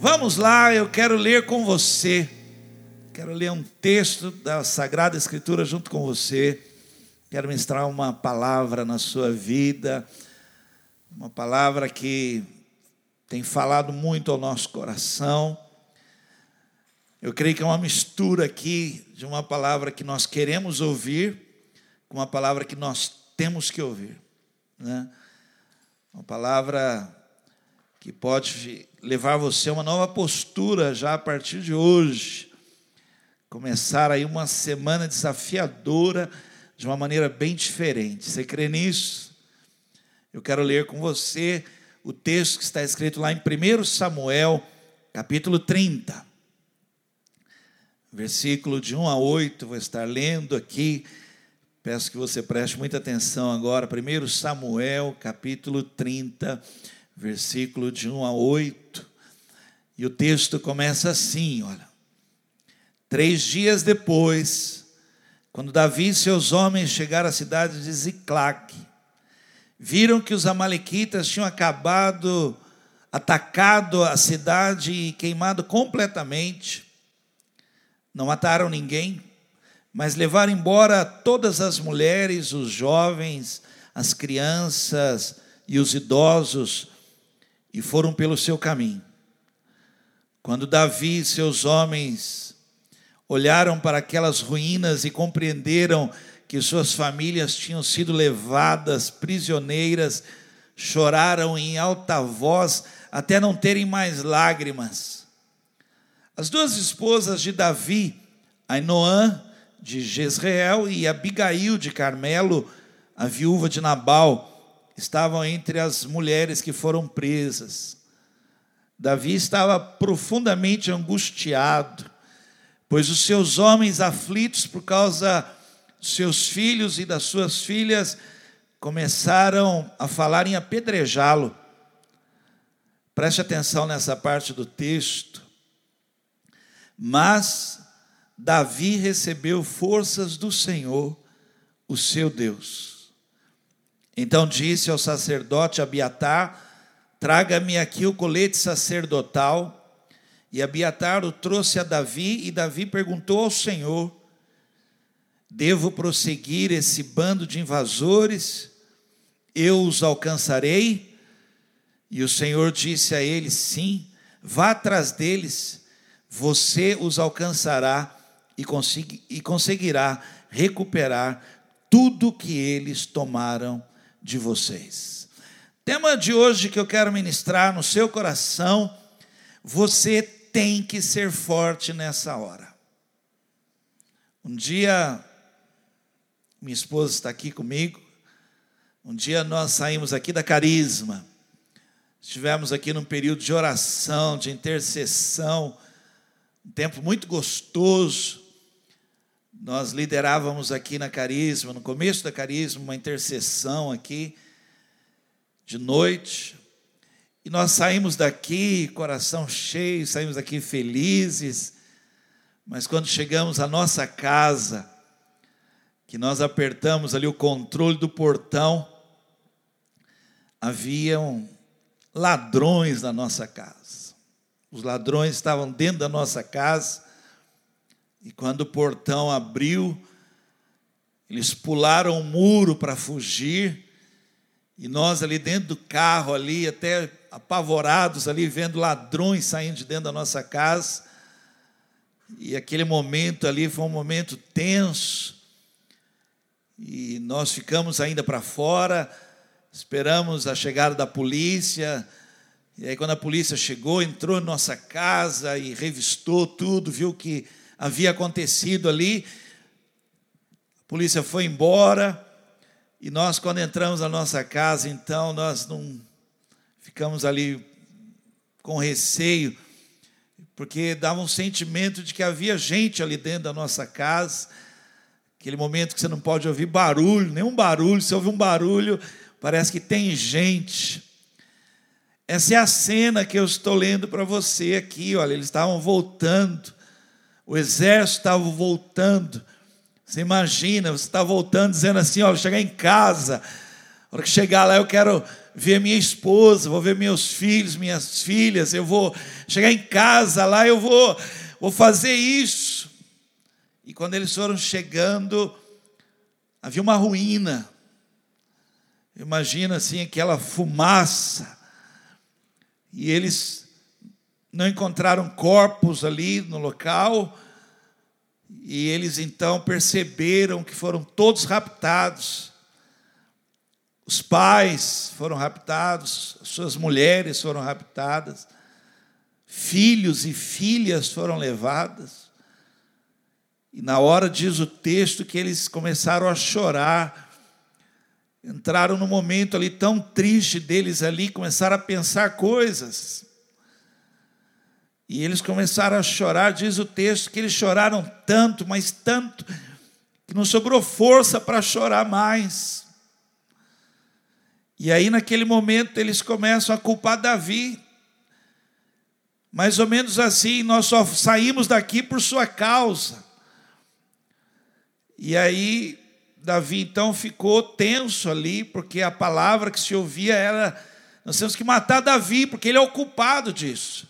Vamos lá, eu quero ler com você. Quero ler um texto da Sagrada Escritura junto com você. Quero ministrar uma palavra na sua vida. Uma palavra que tem falado muito ao nosso coração. Eu creio que é uma mistura aqui de uma palavra que nós queremos ouvir com uma palavra que nós temos que ouvir, né? Uma palavra que pode levar você a uma nova postura já a partir de hoje. Começar aí uma semana desafiadora de uma maneira bem diferente. Você crê nisso? Eu quero ler com você o texto que está escrito lá em 1 Samuel, capítulo 30. Versículo de 1 a 8, vou estar lendo aqui. Peço que você preste muita atenção agora. 1 Samuel, capítulo 30, versículo de 1 a 8. E o texto começa assim, olha. 3 dias depois, quando Davi e seus homens chegaram à cidade de Ziclague, viram que os amalequitas tinham atacado a cidade e queimado completamente. Não mataram ninguém, mas levaram embora todas as mulheres, os jovens, as crianças e os idosos, e foram pelo seu caminho. Quando Davi e seus homens olharam para aquelas ruínas e compreenderam que suas famílias tinham sido levadas prisioneiras, choraram em alta voz até não terem mais lágrimas. As 2 esposas de Davi, Ainoã de Jezreel e Abigail de Carmelo, a viúva de Nabal, estavam entre as mulheres que foram presas. Davi estava profundamente angustiado, pois os seus homens aflitos por causa dos seus filhos e das suas filhas começaram a falar em apedrejá-lo. Preste atenção nessa parte do texto. Mas Davi recebeu forças do Senhor, o seu Deus. Então disse ao sacerdote Abiatar: traga-me aqui o colete sacerdotal. E Abiatar o trouxe a Davi, e Davi perguntou ao Senhor: devo prosseguir esse bando de invasores? Eu os alcançarei? E o Senhor disse a ele: sim, vá atrás deles, você os alcançará e conseguirá recuperar tudo que eles tomaram de vocês. Tema de hoje que eu quero ministrar no seu coração: você tem que ser forte nessa hora. Um dia, minha esposa está aqui comigo, um dia nós saímos aqui da Carisma, estivemos aqui num período de oração, de intercessão, um tempo muito gostoso. Nós liderávamos aqui na Carisma, no começo da Carisma, uma intercessão aqui, de noite. E nós saímos daqui, coração cheio, saímos daqui felizes. Mas quando chegamos à nossa casa, que nós apertamos ali o controle do portão, haviam ladrões na nossa casa. Os ladrões estavam dentro da nossa casa, e quando o portão abriu, eles pularam o muro para fugir, e nós ali dentro do carro, ali até apavorados, ali vendo ladrões saindo de dentro da nossa casa. E aquele momento ali foi um momento tenso, e nós ficamos ainda para fora, esperamos a chegada da polícia. E aí quando a polícia chegou, entrou em nossa casa e revistou tudo, viu o que havia acontecido ali. A polícia foi embora, e nós, quando entramos na nossa casa, então nós não ficamos ali com receio, porque dava um sentimento de que havia gente ali dentro da nossa casa. Aquele momento que você não pode ouvir barulho, nenhum barulho. Se ouve um barulho, parece que tem gente. Essa é a cena que eu estou lendo para você aqui. Olha, eles estavam voltando, o exército estava voltando. Você imagina, você está voltando dizendo assim: olha, chegar em casa, a hora que chegar lá eu ver minha esposa, vou ver meus filhos, minhas filhas, eu vou chegar em casa lá, eu vou fazer isso. E quando eles foram chegando, havia uma ruína. Imagina assim aquela fumaça. E eles não encontraram corpos ali no local. E eles então perceberam que foram todos raptados. Os pais foram raptados, suas mulheres foram raptadas, filhos e filhas foram levadas. E na hora, diz o texto, que eles começaram a chorar. Entraram num momento ali tão triste deles ali, começaram a pensar coisas. E eles começaram a chorar, diz o texto, que eles choraram tanto, mas tanto, que não sobrou força para chorar mais. E aí naquele momento eles começam a culpar Davi. Mais ou menos assim, nós só saímos daqui por sua causa. E aí Davi então ficou tenso ali, porque a palavra que se ouvia era: nós temos que matar Davi, porque ele é o culpado disso.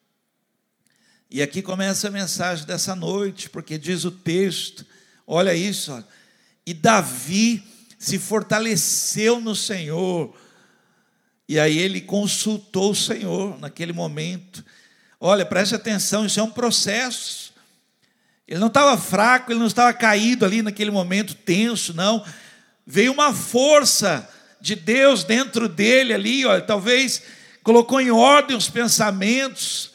E aqui começa a mensagem dessa noite, porque diz o texto, olha isso, olha, e Davi se fortaleceu no Senhor, e aí ele consultou o Senhor naquele momento. Olha, preste atenção, isso é um processo. Ele não estava fraco, ele não estava caído ali naquele momento tenso, não. Veio uma força de Deus dentro dele ali, olha, talvez colocou em ordem os pensamentos,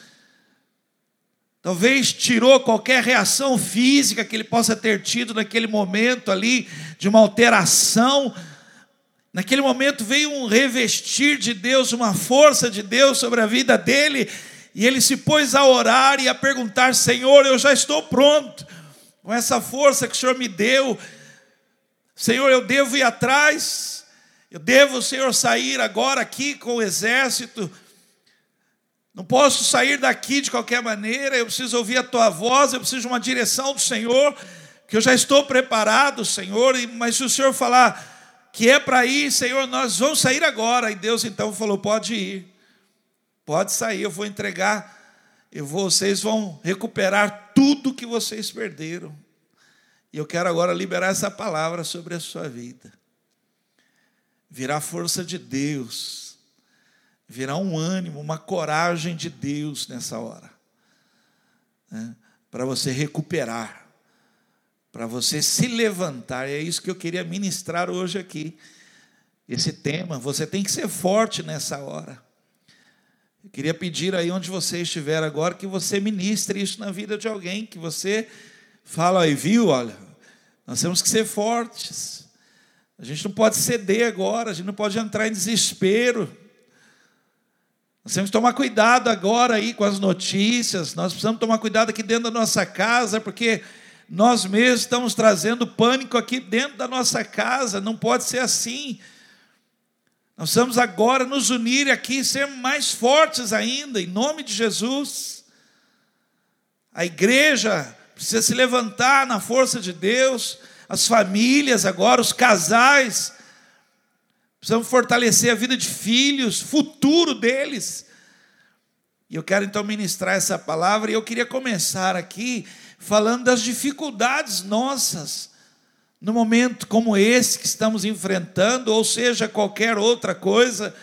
talvez tirou qualquer reação física que ele possa ter tido naquele momento ali, de uma alteração. Naquele momento veio um revestir de Deus, uma força de Deus sobre a vida dele, e ele se pôs a orar e a perguntar: Senhor, eu já estou pronto, com essa força que o Senhor me deu, Senhor, eu devo ir atrás, eu devo, Senhor, sair agora aqui com o exército, não posso sair daqui de qualquer maneira, eu preciso ouvir a tua voz, eu preciso de uma direção do Senhor, que eu já estou preparado, Senhor, mas se o Senhor falar que é para ir, Senhor, nós vamos sair agora. E Deus então falou: pode ir, pode sair, eu vou entregar, vocês vão recuperar tudo que vocês perderam. E eu quero agora liberar essa palavra sobre a sua vida. Virá a força de Deus, virá um ânimo, uma coragem de Deus nessa hora, né? Para você recuperar, para você se levantar. É isso que eu queria ministrar hoje aqui, esse tema. Você tem que ser forte nessa hora. Eu queria pedir aí onde você estiver agora, que você ministre isso na vida de alguém, que você fala aí, viu, olha, nós temos que ser fortes, a gente não pode ceder agora, a gente não pode entrar em desespero. Nós temos que tomar cuidado agora aí com as notícias, nós precisamos tomar cuidado aqui dentro da nossa casa, porque nós mesmos estamos trazendo pânico aqui dentro da nossa casa, não pode ser assim. Nós precisamos agora nos unir aqui e ser mais fortes ainda, em nome de Jesus. A igreja precisa se levantar na força de Deus, as famílias agora, os casais, precisamos fortalecer a vida de filhos, futuro deles. E eu quero então ministrar essa palavra, e eu queria começar aqui falando das dificuldades nossas, no momento como esse que estamos enfrentando, ou seja, qualquer outra coisa.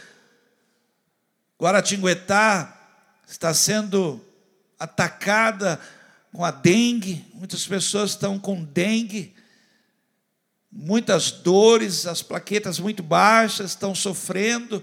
Guaratinguetá está sendo atacada com a dengue, muitas pessoas estão com dengue, muitas dores, as plaquetas muito baixas, estão sofrendo.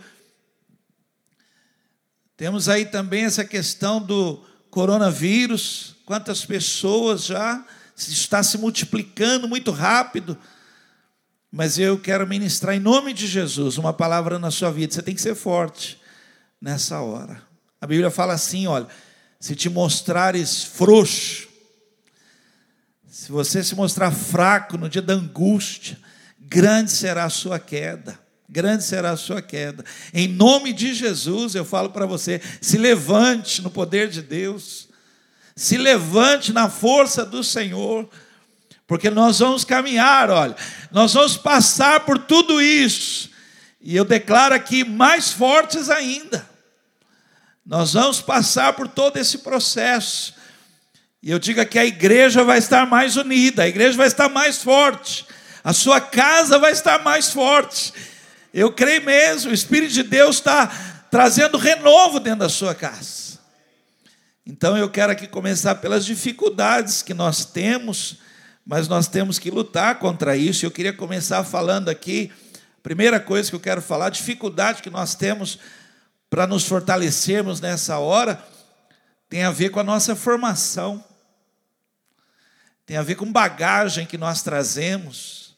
Temos aí também essa questão do coronavírus, quantas pessoas já está se multiplicando muito rápido. Mas eu quero ministrar em nome de Jesus uma palavra na sua vida. Você tem que ser forte nessa hora. A Bíblia fala assim, olha: se te mostrares frouxo, se você se mostrar fraco no dia da angústia, grande será a sua queda. Grande será a sua queda. Em nome de Jesus eu falo para você: se levante no poder de Deus, se levante na força do Senhor, porque nós vamos caminhar, olha, nós vamos passar por tudo isso, E eu declaro aqui, mais fortes ainda. Nós vamos passar por todo esse processo. E eu digo que a igreja vai estar mais unida, a igreja vai estar mais forte, a sua casa vai estar mais forte. Eu creio mesmo, o Espírito de Deus está trazendo renovo dentro da sua casa. Então eu quero aqui começar pelas dificuldades que nós temos, mas nós temos que lutar contra isso. Eu queria começar falando aqui, a primeira coisa que eu quero falar, a dificuldade que nós temos para nos fortalecermos nessa hora, tem a ver com a nossa formação, tem a ver com bagagem que nós trazemos.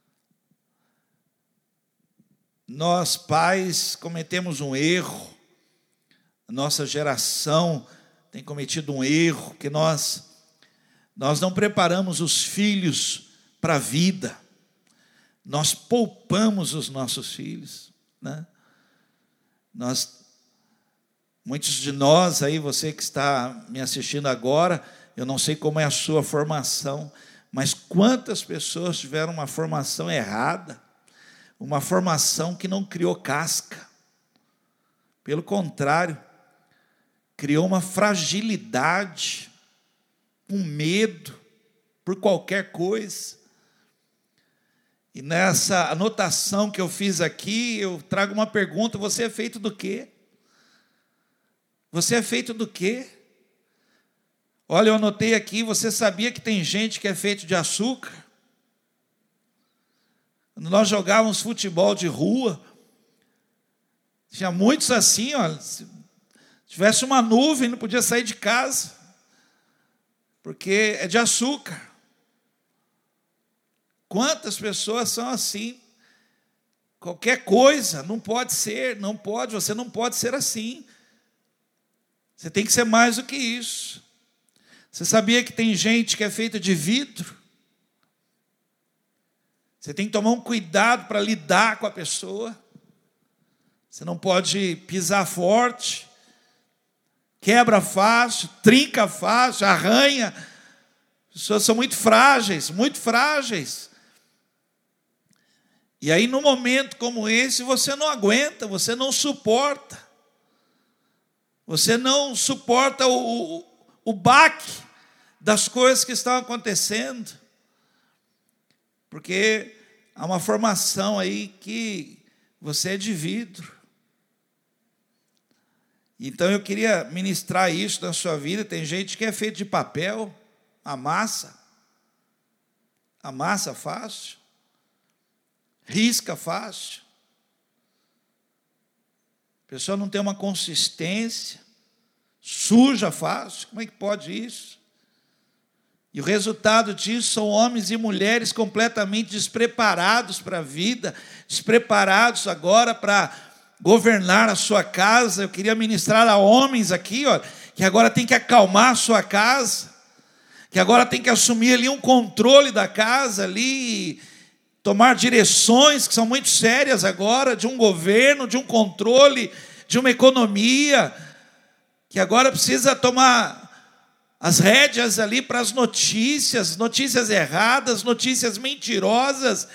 Nós, pais, cometemos um erro, a nossa geração tem cometido um erro, que nós não preparamos os filhos para a vida, nós poupamos os nossos filhos, né? Muitos de nós aí, você que está me assistindo agora, eu não sei como é a sua formação, mas quantas pessoas tiveram uma formação errada, uma formação que não criou casca, pelo contrário, criou uma fragilidade, um medo por qualquer coisa. E nessa anotação que eu fiz aqui, eu trago uma pergunta: você é feito do quê? Você é feito do quê? Olha, eu anotei aqui, você sabia que tem gente que é feito de açúcar? Quando nós jogávamos futebol de rua, tinha muitos assim, ó, se tivesse uma nuvem, não podia sair de casa, porque é de açúcar. Quantas pessoas são assim? Qualquer coisa, não pode ser, você não pode ser assim. Você tem que ser mais do que isso. Você sabia que tem gente que é feita de vidro? Você tem que tomar um cuidado para lidar com a pessoa. Você não pode pisar forte, quebra fácil, trinca fácil, arranha. As pessoas são muito frágeis, muito frágeis. E aí, num momento como esse, você não aguenta, você não suporta. Você não suporta o baque das coisas que estão acontecendo. Porque há uma formação aí que você é de vidro. Então eu queria ministrar isso na sua vida. Tem gente que é feito de papel, amassa fácil, risca fácil. A pessoa não tem uma consistência, suja fácil. Como é que pode isso? E o resultado disso são homens e mulheres completamente despreparados para a vida, despreparados agora para governar a sua casa. Eu queria ministrar a homens aqui, ó, que agora tem que acalmar a sua casa, que agora tem que assumir ali um controle da casa ali, tomar direções que são muito sérias agora, de um governo, de um controle, de uma economia, que agora precisa tomar as rédeas ali para as notícias erradas, notícias mentirosas.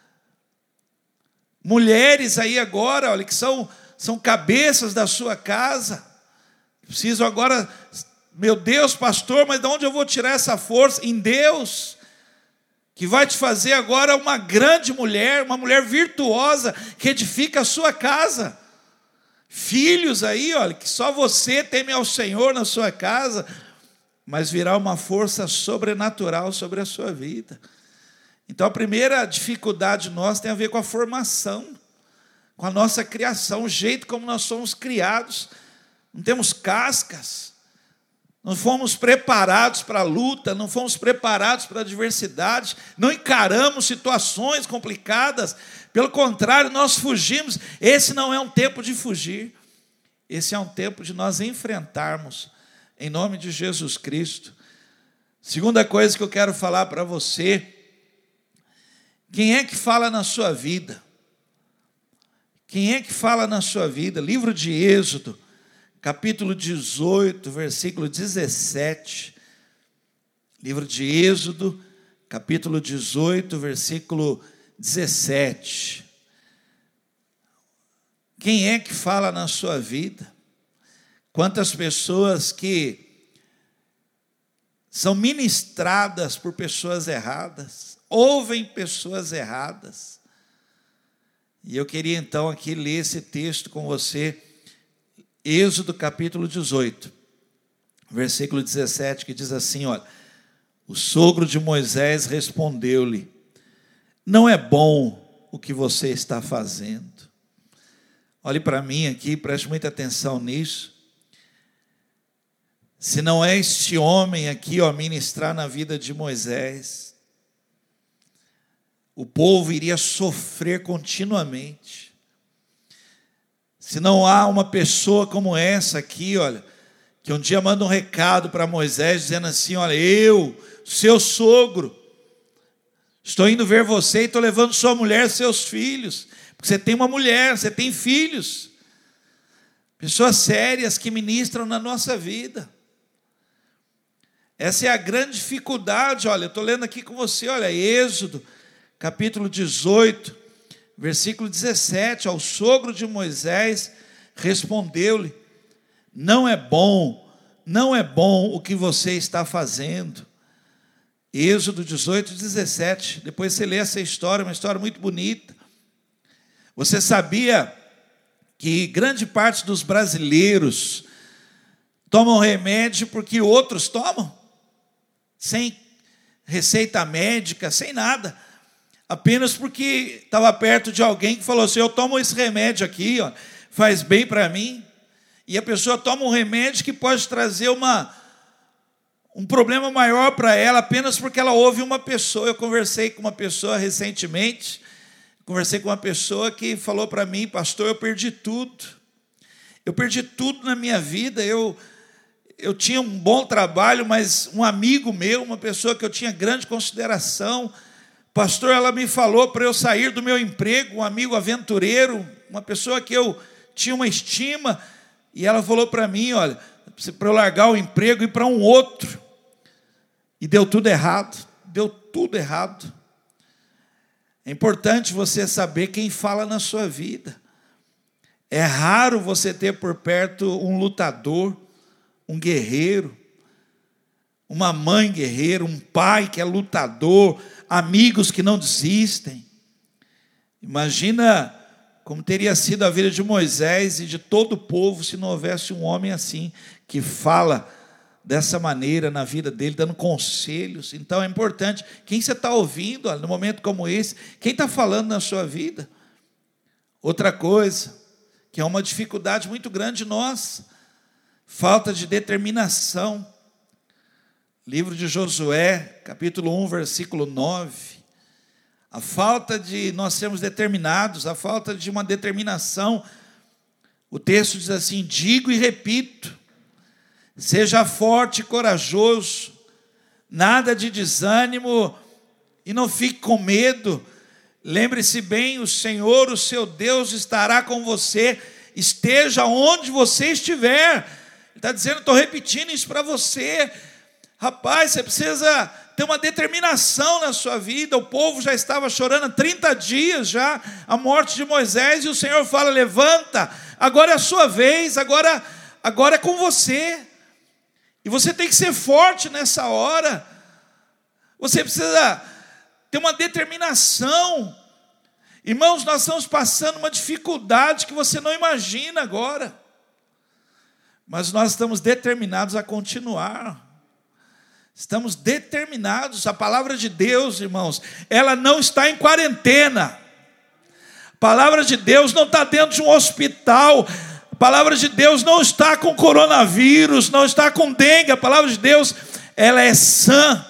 Mulheres aí agora, olha, que são cabeças da sua casa, precisam agora, meu Deus, pastor, mas de onde eu vou tirar essa força? Em Deus, que vai te fazer agora uma grande mulher, uma mulher virtuosa, que edifica a sua casa. Filhos aí, olha, que só você teme ao Senhor na sua casa, mas virá uma força sobrenatural sobre a sua vida. Então a primeira dificuldade nossa tem a ver com a formação, com a nossa criação, o jeito como nós somos criados. Não temos cascas, não fomos preparados para a luta, não fomos preparados para a adversidade, não encaramos situações complicadas, pelo contrário, nós fugimos. Esse não é um tempo de fugir, esse é um tempo de nós enfrentarmos, em nome de Jesus Cristo. Segunda coisa que eu quero falar para você: quem é que fala na sua vida? Quem é que fala na sua vida? Livro de Êxodo, capítulo 18, versículo 17. Livro de Êxodo, capítulo 18, versículo 17. Quem é que fala na sua vida? Quantas pessoas que são ministradas por pessoas erradas, ouvem pessoas erradas. E eu queria então aqui ler esse texto com você, Êxodo capítulo 18, versículo 17, que diz assim, olha: o sogro de Moisés respondeu-lhe: não é bom o que você está fazendo. Olhe para mim aqui, preste muita atenção nisso. Se não é este homem aqui, ministrar na vida de Moisés, o povo iria sofrer continuamente. Se não há uma pessoa como essa aqui, olha, que um dia manda um recado para Moisés, dizendo assim: olha, eu, seu sogro, estou indo ver você e estou levando sua mulher, seus filhos, porque você tem uma mulher, você tem filhos. Pessoas sérias que ministram na nossa vida. Essa é a grande dificuldade. Olha, eu estou lendo aqui com você, olha, Êxodo, capítulo 18, versículo 17, ao sogro de Moisés respondeu-lhe: não é bom o que você está fazendo. Êxodo 18, 17, depois você lê essa história, uma história muito bonita. Você sabia que grande parte dos brasileiros tomam remédio porque outros tomam? Sem receita médica, sem nada, apenas porque estava perto de alguém que falou assim: eu tomo esse remédio aqui, faz bem para mim. E a pessoa toma um remédio que pode trazer um problema maior para ela, apenas porque ela ouve uma pessoa. Eu conversei com uma pessoa recentemente, que falou para mim: pastor, eu perdi tudo na minha vida. Eu tinha um bom trabalho, mas um amigo meu, uma pessoa que eu tinha grande consideração, pastor, ela me falou para eu sair do meu emprego, um amigo aventureiro, uma pessoa que eu tinha uma estima, e ela falou para mim: olha, para eu largar o emprego e ir para um outro. E deu tudo errado. É importante você saber quem fala na sua vida. É raro você ter por perto um lutador, um guerreiro, uma mãe guerreira, um pai que é lutador, amigos que não desistem. Imagina como teria sido a vida de Moisés e de todo o povo se não houvesse um homem assim, que fala dessa maneira na vida dele, dando conselhos. Então é importante, quem você está ouvindo, olha, no momento como esse, quem está falando na sua vida? Outra coisa, que é uma dificuldade muito grande nossa, falta de determinação. Livro de Josué, capítulo 1, versículo 9. A falta de nós sermos determinados, a falta de uma determinação. O texto diz assim: digo e repito, seja forte e corajoso, nada de desânimo e não fique com medo. Lembre-se bem, o Senhor, o seu Deus, estará com você, esteja onde você estiver. Ele está dizendo, estou repetindo isso para você. Rapaz, você precisa ter uma determinação na sua vida. O povo já estava chorando há 30 dias já, a morte de Moisés, e o Senhor fala: levanta, agora é a sua vez, agora é com você. E você tem que ser forte nessa hora. Você precisa ter uma determinação. Irmãos, nós estamos passando uma dificuldade que você não imagina agora, mas nós estamos determinados a continuar. Estamos determinados. A palavra de Deus, irmãos, ela não está em quarentena. A palavra de Deus não está dentro de um hospital. A palavra de Deus não está com coronavírus, não está com dengue. A palavra de Deus, ela é sã.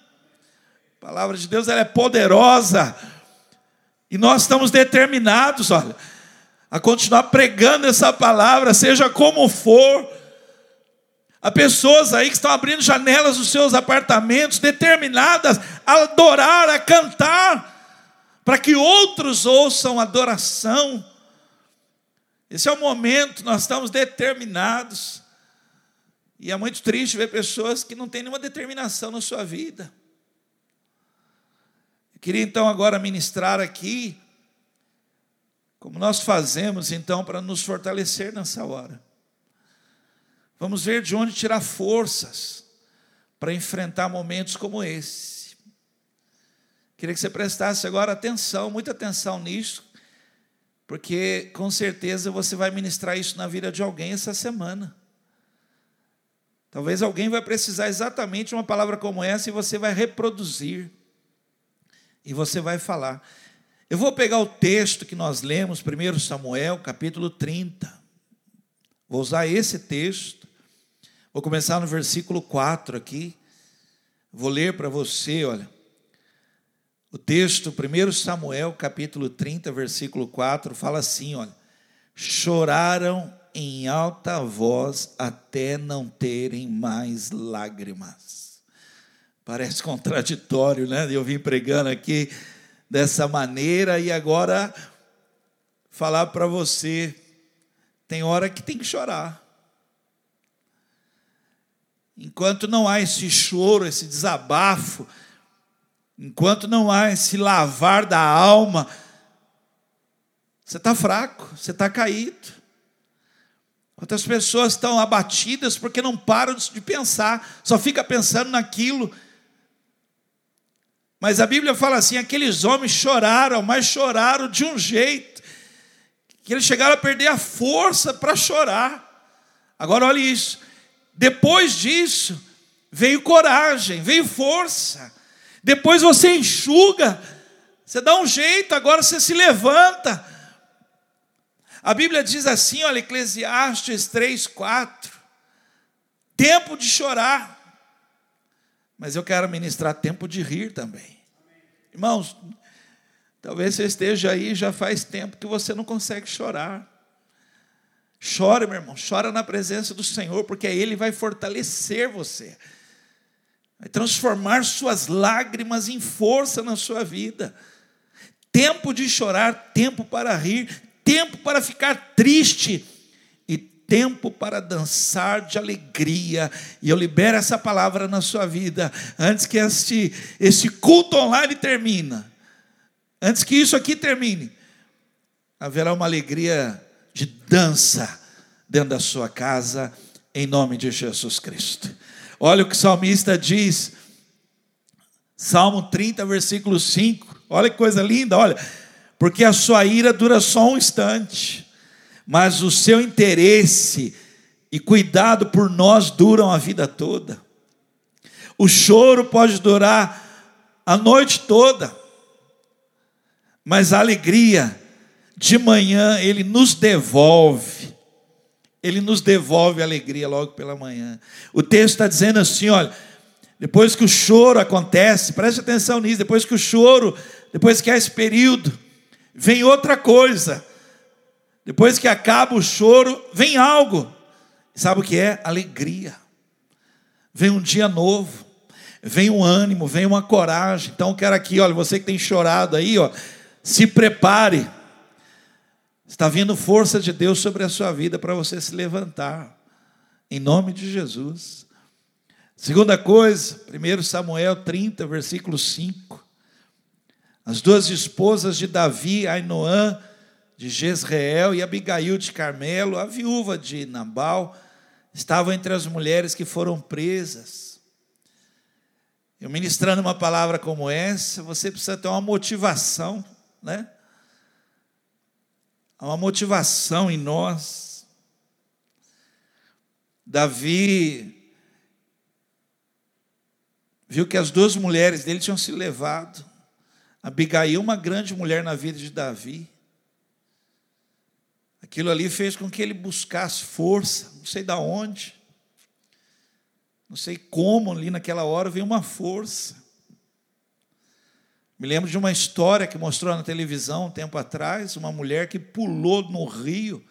A palavra de Deus, ela é poderosa. E nós estamos determinados, olha, a continuar pregando essa palavra, seja como for. Há pessoas aí que estão abrindo janelas dos seus apartamentos, determinadas a adorar, a cantar, para que outros ouçam adoração. Esse é o momento, nós estamos determinados. E é muito triste ver pessoas que não têm nenhuma determinação na sua vida. Eu queria então agora ministrar aqui Como nós fazemos, então, para nos fortalecer nessa hora? Vamos ver de onde tirar forças para enfrentar momentos como esse. Queria que você prestasse agora atenção, muita atenção nisso, porque com certeza você vai ministrar isso na vida de alguém essa semana. Talvez alguém vai precisar exatamente de uma palavra como essa e você vai reproduzir. E você vai falar. Eu vou pegar o texto que nós lemos, 1 Samuel, capítulo 30. Vou usar esse texto. Vou começar no versículo 4 aqui. Vou ler para você, olha. O texto, 1 Samuel, capítulo 30, versículo 4, fala assim, olha. Choraram em alta voz até não terem mais lágrimas. Parece contraditório, né? Eu vim pregando aqui dessa maneira e agora falar para você, tem hora que tem que chorar. Enquanto não há esse choro, esse desabafo, enquanto não há esse lavar da alma, você está fraco, você está caído. Quantas pessoas estão abatidas porque não param de pensar, só fica pensando naquilo. Mas a Bíblia fala assim, aqueles homens choraram, mas choraram de um jeito, que eles chegaram a perder a força para chorar. Agora olha isso, depois disso, veio coragem, veio força. Depois você enxuga, você dá um jeito, agora você se levanta. A Bíblia diz assim, olha, Eclesiastes 3:4, tempo de chorar, mas eu quero ministrar tempo de rir também. Irmãos, talvez você esteja aí, já faz tempo que você não consegue chorar. Chora, meu irmão, chora na presença do Senhor, porque Ele vai fortalecer você, vai transformar suas lágrimas em força na sua vida. Tempo de chorar, tempo para rir, tempo para ficar triste e tempo para dançar de alegria. E eu libero essa palavra na sua vida, antes que esse culto online termine, antes que isso aqui termine, haverá uma alegria de dança dentro da sua casa, em nome de Jesus Cristo. Olha o que o salmista diz, Salmo 30, versículo 5, olha que coisa linda, olha, porque a sua ira dura só um instante, mas o seu interesse e cuidado por nós duram a vida toda. O choro pode durar a noite toda, mas a alegria de manhã Ele nos devolve a alegria logo pela manhã. O texto está dizendo assim, olha, depois que o choro acontece, preste atenção nisso, depois que há esse período, vem outra coisa. Depois que acaba o choro, vem algo. Sabe o que é? Alegria. Vem um dia novo, vem um ânimo, vem uma coragem. Então eu quero aqui, olha, você que tem chorado aí, ó, se prepare. Está vindo força de Deus sobre a sua vida para você se levantar, em nome de Jesus. Segunda coisa, 1 Samuel 30, versículo 5. As duas esposas de Davi, Ainoã de Jezreel e Abigail de Carmelo, a viúva de Nabal, estavam entre as mulheres que foram presas. Eu ministrando uma palavra como essa, você precisa ter uma motivação, né? Há uma motivação em nós. Davi viu que as duas mulheres dele tinham se levado. Abigail, uma grande mulher na vida de Davi. Aquilo ali fez com que ele buscasse força, não sei de onde, não sei como, ali naquela hora veio uma força. Me lembro de uma história que mostrou na televisão um tempo atrás, uma mulher que pulou no rio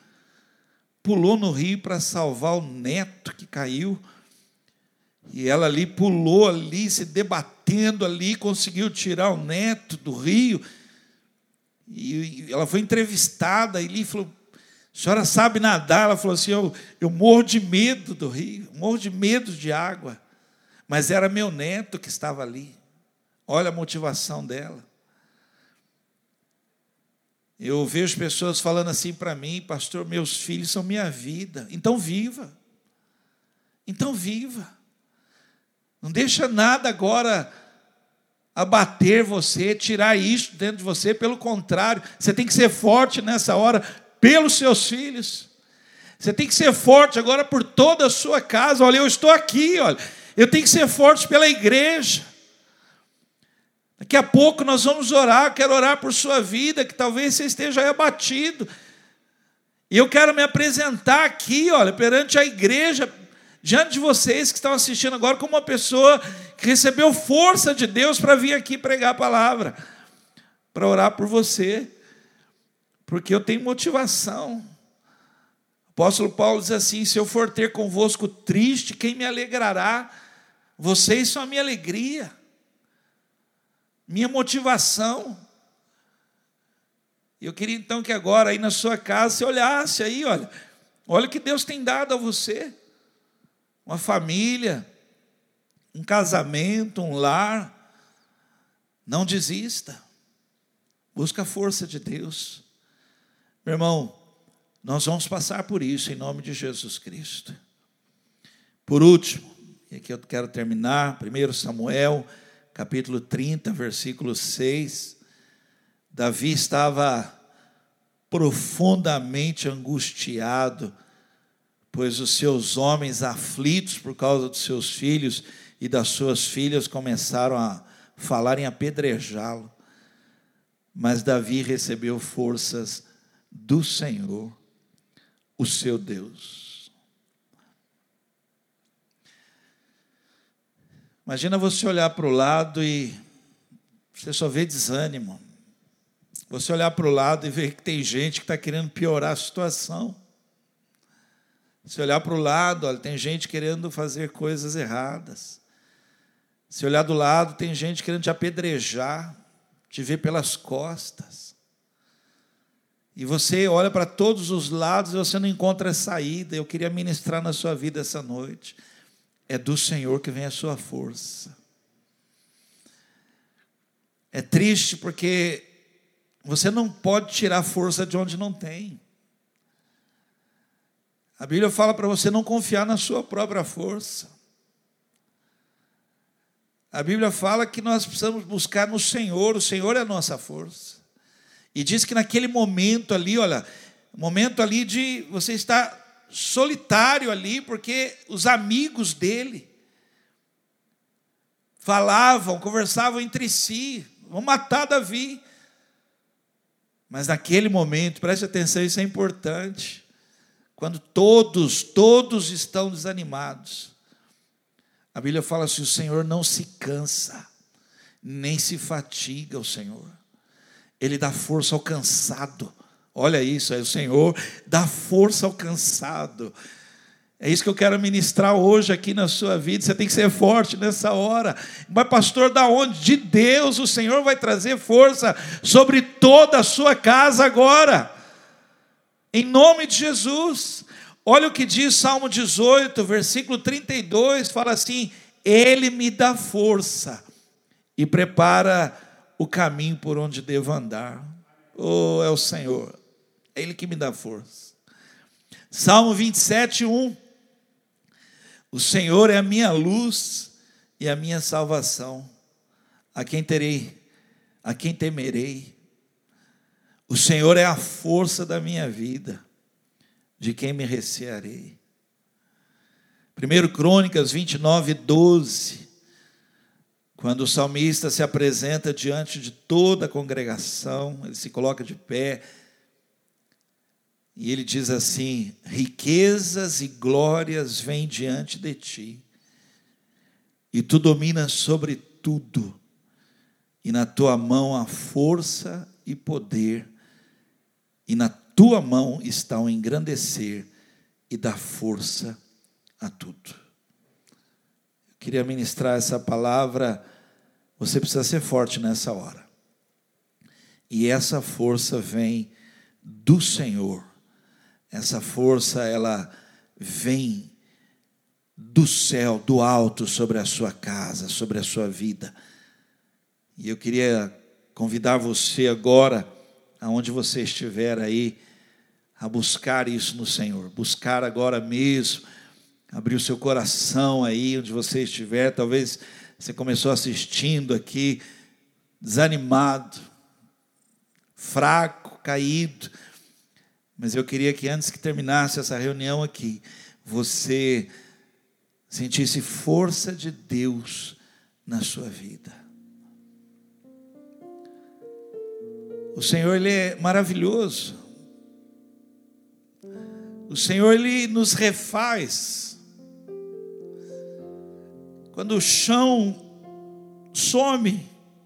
para salvar o neto que caiu, e ela ali pulou ali, se debatendo ali, conseguiu tirar o neto do rio, e ela foi entrevistada, e ele falou, a senhora sabe nadar? Ela falou assim, eu morro de medo do rio, morro de medo de água, mas era meu neto que estava ali. Olha a motivação dela. Eu vejo pessoas falando assim para mim: pastor, meus filhos são minha vida. Então viva. Então viva. Não deixa nada agora abater você, tirar isso dentro de você. Pelo contrário, você tem que ser forte nessa hora pelos seus filhos. Você tem que ser forte agora por toda a sua casa. Olha, eu estou aqui, olha. Eu tenho que ser forte pela igreja. Daqui a pouco nós vamos orar. Eu quero orar por sua vida, que talvez você esteja aí abatido. E eu quero me apresentar aqui, olha, perante a igreja, diante de vocês que estão assistindo agora, como uma pessoa que recebeu força de Deus para vir aqui pregar a palavra, para orar por você, porque eu tenho motivação. O apóstolo Paulo diz assim: se eu for ter convosco triste, quem me alegrará? Vocês são a minha alegria, minha motivação. Eu queria então que agora aí na sua casa você olhasse aí, olha o que Deus tem dado a você. Uma família, um casamento, um lar. Não desista. Busca a força de Deus. Meu irmão, nós vamos passar por isso em nome de Jesus Cristo. Por último, e aqui eu quero terminar, 1 Samuel, capítulo 30, versículo 6. Davi estava profundamente angustiado, pois os seus homens aflitos por causa dos seus filhos e das suas filhas começaram a falar em apedrejá-lo. Mas Davi recebeu forças do Senhor, o seu Deus. Imagina você olhar para o lado e você só vê desânimo. Você olhar para o lado e ver que tem gente que está querendo piorar a situação. Se olhar para o lado, olha, tem gente querendo fazer coisas erradas. Se olhar do lado, tem gente querendo te apedrejar, te ver pelas costas. E você olha para todos os lados e você não encontra saída. Eu queria ministrar na sua vida essa noite. É do Senhor que vem a sua força. É triste porque você não pode tirar força de onde não tem. A Bíblia fala para você não confiar na sua própria força. A Bíblia fala que nós precisamos buscar no Senhor, o Senhor é a nossa força. E diz que naquele momento ali, olha, momento ali de você estar solitário ali, porque os amigos dele falavam, conversavam entre si, vão matar Davi. Mas naquele momento, preste atenção, isso é importante. Quando todos estão desanimados, a Bíblia fala assim: o Senhor não se cansa, nem se fatiga o Senhor. Ele dá força ao cansado. Olha isso, é o Senhor dá força ao cansado. É isso que eu quero ministrar hoje aqui na sua vida. Você tem que ser forte nessa hora. Mas pastor, da onde? De Deus. O Senhor vai trazer força sobre toda a sua casa agora, em nome de Jesus. Olha o que diz Salmo 18, versículo 32, fala assim: Ele me dá força e prepara o caminho por onde devo andar. Oh, é o Senhor, é Ele que me dá força. Salmo 27, 1: O Senhor é a minha luz e a minha salvação. A quem temerei? O Senhor é a força da minha vida, de quem me recearei? 1 Crônicas 29, 12, quando o salmista se apresenta diante de toda a congregação, ele se coloca de pé, e ele diz assim: riquezas e glórias vêm diante de ti, e tu dominas sobre tudo, e na tua mão há força e poder, e na tua mão está o engrandecer e dar força a tudo. Eu queria ministrar essa palavra. Você precisa ser forte nessa hora. E essa força vem do Senhor. Essa força, ela vem do céu, do alto, sobre a sua casa, sobre a sua vida. E eu queria convidar você agora aonde você estiver aí, a buscar isso no Senhor, buscar agora mesmo, abrir o seu coração aí, onde você estiver. Talvez você começou assistindo aqui, desanimado, fraco, caído, mas eu queria que antes que terminasse essa reunião aqui, você sentisse força de Deus na sua vida. O Senhor, Ele é maravilhoso. O Senhor, Ele nos refaz. Quando o chão some,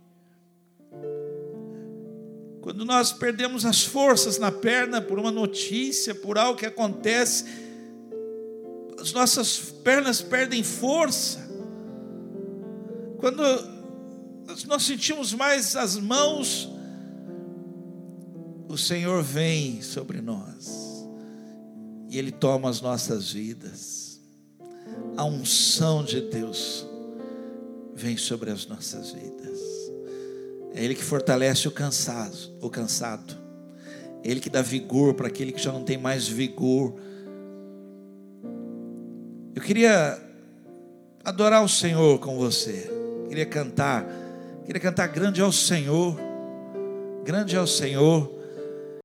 quando nós perdemos as forças na perna por uma notícia, por algo que acontece, as nossas pernas perdem força. Quando nós sentimos mais as mãos, o Senhor vem sobre nós e Ele toma as nossas vidas. A unção de Deus vem sobre as nossas vidas. É Ele que fortalece o cansado. É Ele que dá vigor para aquele que já não tem mais vigor. Eu queria adorar o Senhor com você. Queria cantar grande é o Senhor. Grande é o Senhor.